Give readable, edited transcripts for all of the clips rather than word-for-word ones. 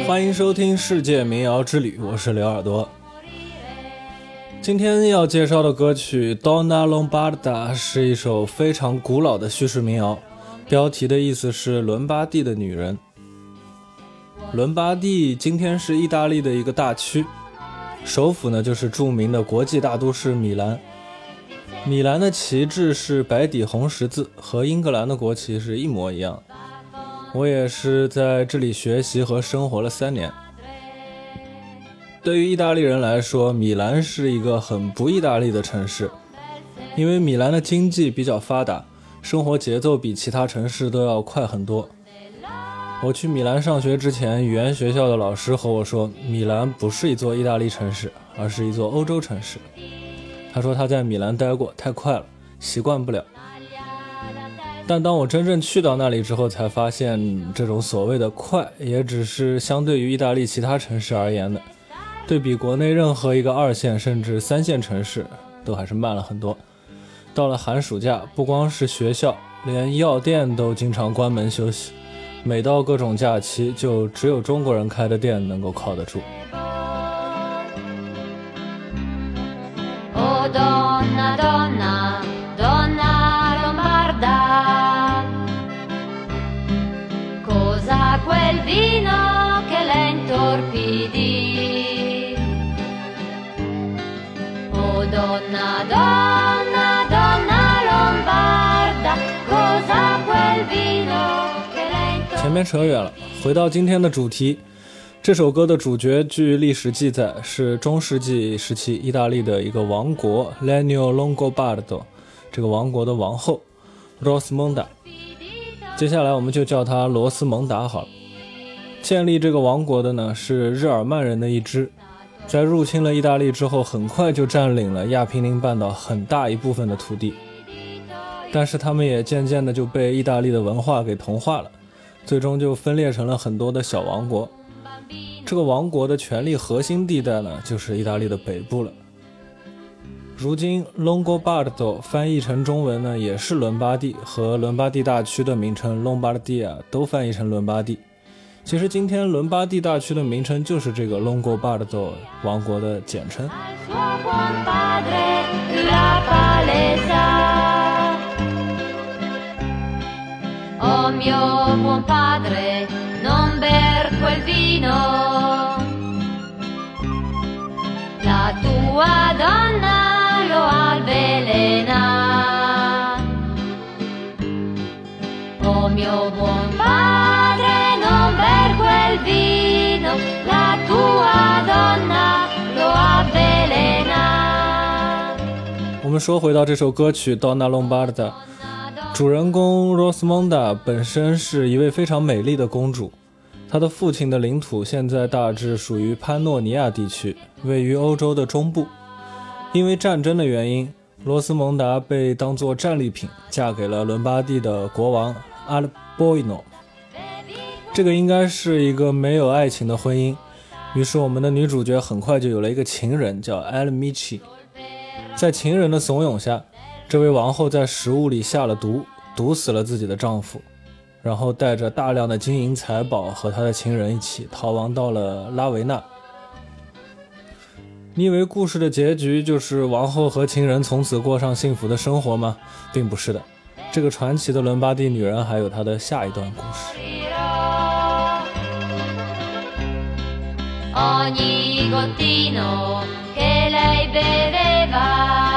欢迎收听世界民谣之旅，我是刘耳朵。今天要介绍的歌曲 Donna Lombarda 是一首非常古老的叙事民谣，标题的意思是伦巴第的女人。伦巴第今天是意大利的一个大区，首府呢就是著名的国际大都市米兰。米兰的旗帜是白底红十字，和英格兰的国旗是一模一样。我也是在这里学习和生活了3年。对于意大利人来说，米兰是一个很不意大利的城市，因为米兰的经济比较发达，生活节奏比其他城市都要快很多。我去米兰上学之前，语言学校的老师和我说，米兰不是一座意大利城市，而是一座欧洲城市。他说他在米兰待过，太快了，习惯不了。但当我真正去到那里之后，才发现这种所谓的快也只是相对于意大利其他城市而言的，对比国内任何一个2线甚至3线城市都还是慢了很多。到了寒暑假，不光是学校，连药店都经常关门休息，每到各种假期，就只有中国人开的店能够靠得住。 Oh donna, donna, donna Lombarda, cosa quel vino che la intorpidì? Oh donna, donna, donna Lombarda, cosa quel vino che la intorpidì? 前面扯远了，回到今天的主题。这首歌的主角据历史记载是中世纪时期意大利的一个王国 Regno Longobardo， 这个王国的王后 Rosmonda， 接下来我们就叫她罗斯蒙达好了。建立这个王国的呢是日耳曼人的一支，在入侵了意大利之后，很快就占领了亚平宁半岛很大一部分的土地，但是他们也渐渐的就被意大利的文化给同化了，最终就分裂成了很多的小王国。这个王国的权力核心地带呢，就是意大利的北部了。如今 Longobardo 翻译成中文呢，也是伦巴第和伦巴第大区的名称 Lombardia 都翻译成伦巴第。其实今天伦巴第大区的名称就是这个 Longobardo 王国的简称。 Oh mio buon padre, non ber quel vino, la tua donna lo avvelena. Oh mio buon padre, non ber quel vino, la tua donna lo avvelena. 我们说回到这首歌曲 Donna Lombarda，主人公 Rosmonda 本身是一位非常美丽的公主，她的父亲的领土现在大致属于潘诺尼亚地区，位于欧洲的中部。因为战争的原因，罗斯蒙达被当作战利品嫁给了伦巴第的国王 Alboino。 这个应该是一个没有爱情的婚姻，于是我们的女主角很快就有了一个情人叫 Amici。 在情人的怂恿下，这位王后在食物里下了毒，毒死了自己的丈夫，然后带着大量的金银财宝和她的情人一起逃亡到了拉维纳。你以为故事的结局就是王后和情人从此过上幸福的生活吗？并不是的，这个传奇的伦巴第女人还有她的下一段故事。 Ogni gottino che lei beveva。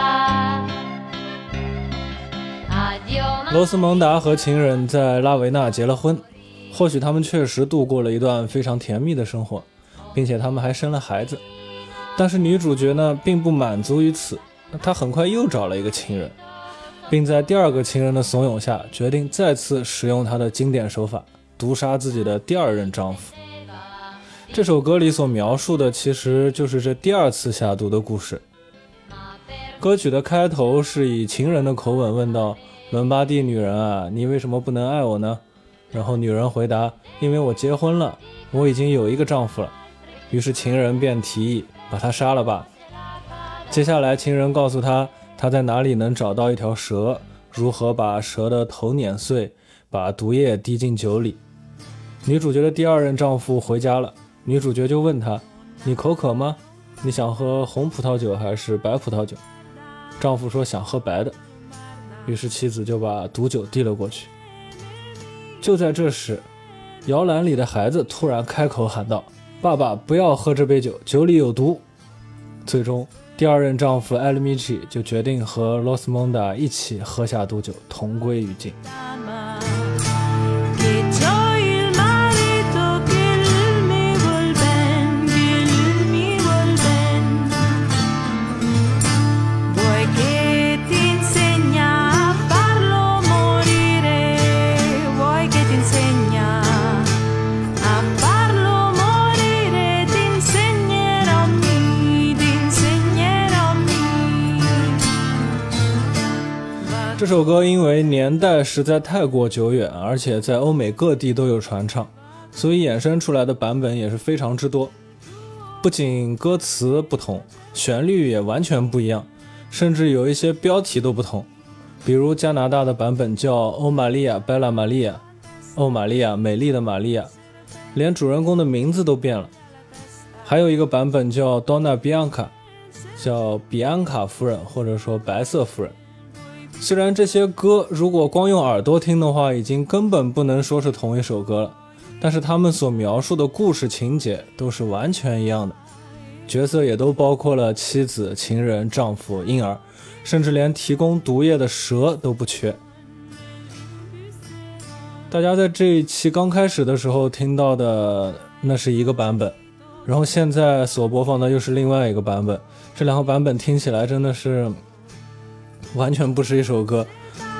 罗斯蒙达和情人在拉维纳结了婚，或许他们确实度过了一段非常甜蜜的生活，并且他们还生了孩子。但是女主角呢，并不满足于此，她很快又找了一个情人，并在第2个情人的怂恿下，决定再次使用她的经典手法，毒杀自己的第2任丈夫。这首歌里所描述的其实就是这第2次下毒的故事。歌曲的开头是以情人的口吻问道，伦巴第女人啊，你为什么不能爱我呢？然后女人回答，因为我结婚了，我已经有一个丈夫了。于是情人便提议把他杀了吧。接下来情人告诉他，他在哪里能找到一条蛇，如何把蛇的头碾碎，把毒液滴进酒里。女主角的第2任丈夫回家了， 女主角就问他，你口渴吗？你想喝红葡萄酒还是白葡萄酒？丈夫说想喝白的，于是妻子就把毒酒递了过去。就在这时，摇篮里的孩子突然开口喊道，爸爸，不要喝这杯酒，酒里有毒。最终第二任丈夫艾利米奇就决定和罗斯蒙达一起喝下毒酒，同归于尽。这首歌因为年代实在太过久远，而且在欧美各地都有传唱，所以衍生出来的版本也是非常之多。不仅歌词不同，旋律也完全不一样，甚至有一些标题都不同。比如加拿大的版本叫欧玛利亚贝拉玛利亚，欧玛利亚美丽的玛利亚，连主人公的名字都变了。还有一个版本叫 Donna Bianca， 叫比安卡夫人，或者说白色夫人。虽然这些歌如果光用耳朵听的话，已经根本不能说是同一首歌了，但是他们所描述的故事情节都是完全一样的，角色也都包括了妻子、情人、丈夫、婴儿，甚至连提供毒液的蛇都不缺。大家在这一期刚开始的时候听到的那是一个版本，然后现在所播放的又是另外一个版本，这两个版本听起来真的是完全不是一首歌。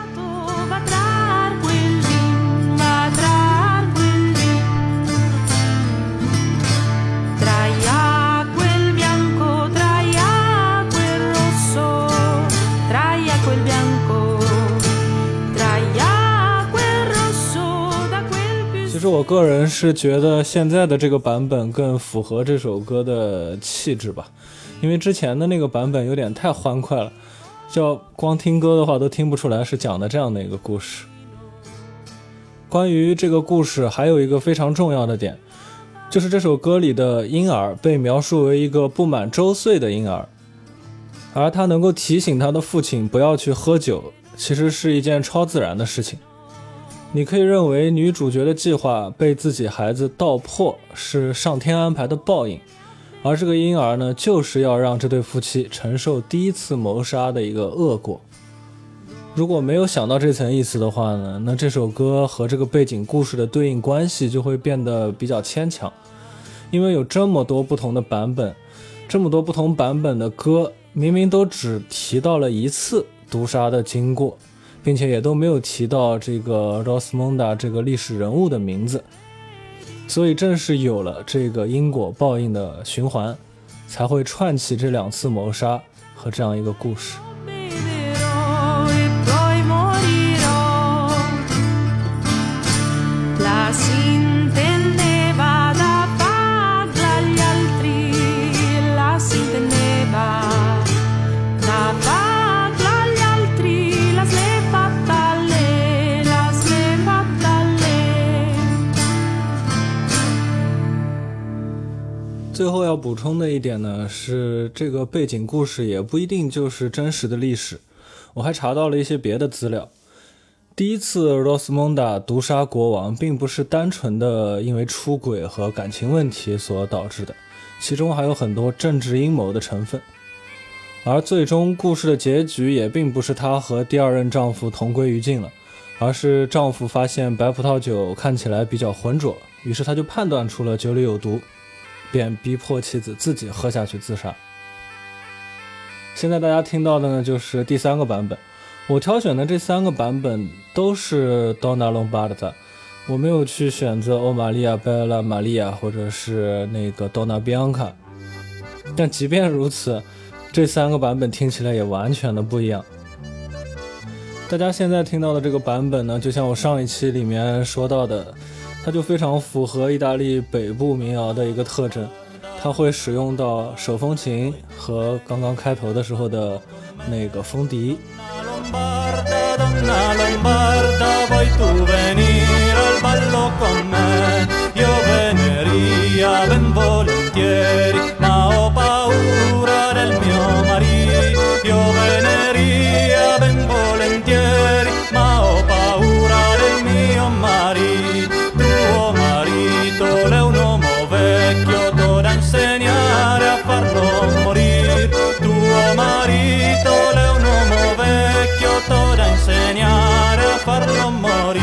其实我个人是觉得现在的这个版本更符合这首歌的气质吧，因为之前的那个版本有点太欢快了，就光听歌的话都听不出来是讲的这样的一个故事。关于这个故事还有一个非常重要的点，就是这首歌里的婴儿被描述为一个不满周岁的婴儿，而他能够提醒他的父亲不要去喝酒，其实是一件超自然的事情。你可以认为女主角的计划被自己孩子道破是上天安排的报应，而这个婴儿呢，就是要让这对夫妻承受第一次谋杀的一个恶果。如果没有想到这层意思的话呢，那这首歌和这个背景故事的对应关系就会变得比较牵强，因为有这么多不同的版本，这么多不同版本的歌，明明都只提到了一次毒杀的经过，并且也都没有提到这个 Rosmonda 这个历史人物的名字，所以正是有了这个因果报应的循环，才会串起这两次谋杀和这样一个故事。最后要补充的一点呢，是这个背景故事也不一定就是真实的历史，我还查到了一些别的资料。第一次 Rosmonda 毒杀国王并不是单纯的因为出轨和感情问题所导致的，其中还有很多政治阴谋的成分。而最终故事的结局也并不是她和第二任丈夫同归于尽了，而是丈夫发现白葡萄酒看起来比较浑浊，于是他就判断出了酒里有毒，便逼迫妻子自己喝下去自杀。现在大家听到的呢，就是第三个版本。我挑选的这三个版本都是 Donna Lombarda， 我没有去选择欧玛利亚贝拉玛利亚或者是那个 Donna Bianca， 但即便如此，这三个版本听起来也完全的不一样。大家现在听到的这个版本呢，就像我上一期里面说到的，它就非常符合意大利北部民谣的一个特征，它会使用到手风琴和刚刚开头的时候的那个风笛。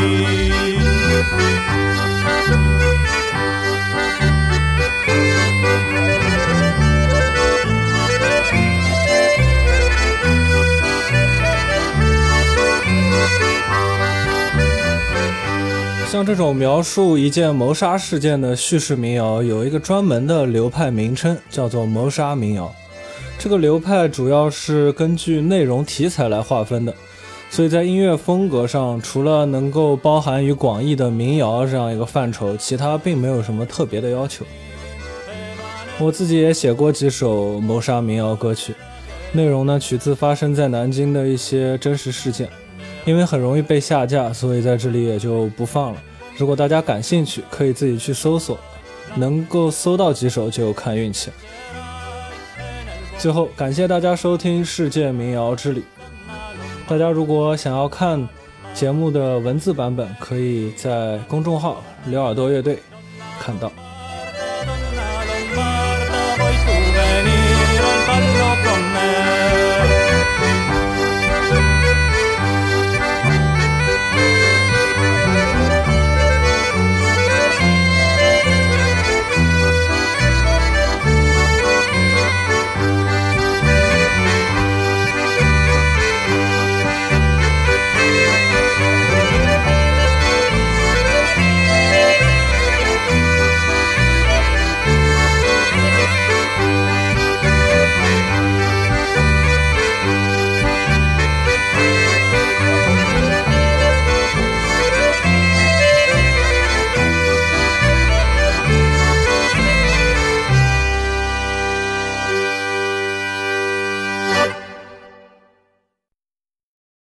像这种描述一件谋杀事件的叙事民谣，有一个专门的流派名称，叫做谋杀民谣。这个流派主要是根据内容题材来划分的，所以在音乐风格上，除了能够包含于广义的民谣这样一个范畴，其他并没有什么特别的要求。我自己也写过几首谋杀民谣歌曲，内容呢取自发生在南京的一些真实事件，因为很容易被下架，所以在这里也就不放了。如果大家感兴趣，可以自己去搜索，能够搜到几首就看运气。最后感谢大家收听世界民谣之旅。大家如果想要看节目的文字版本，可以在公众号刘耳朵乐队看到。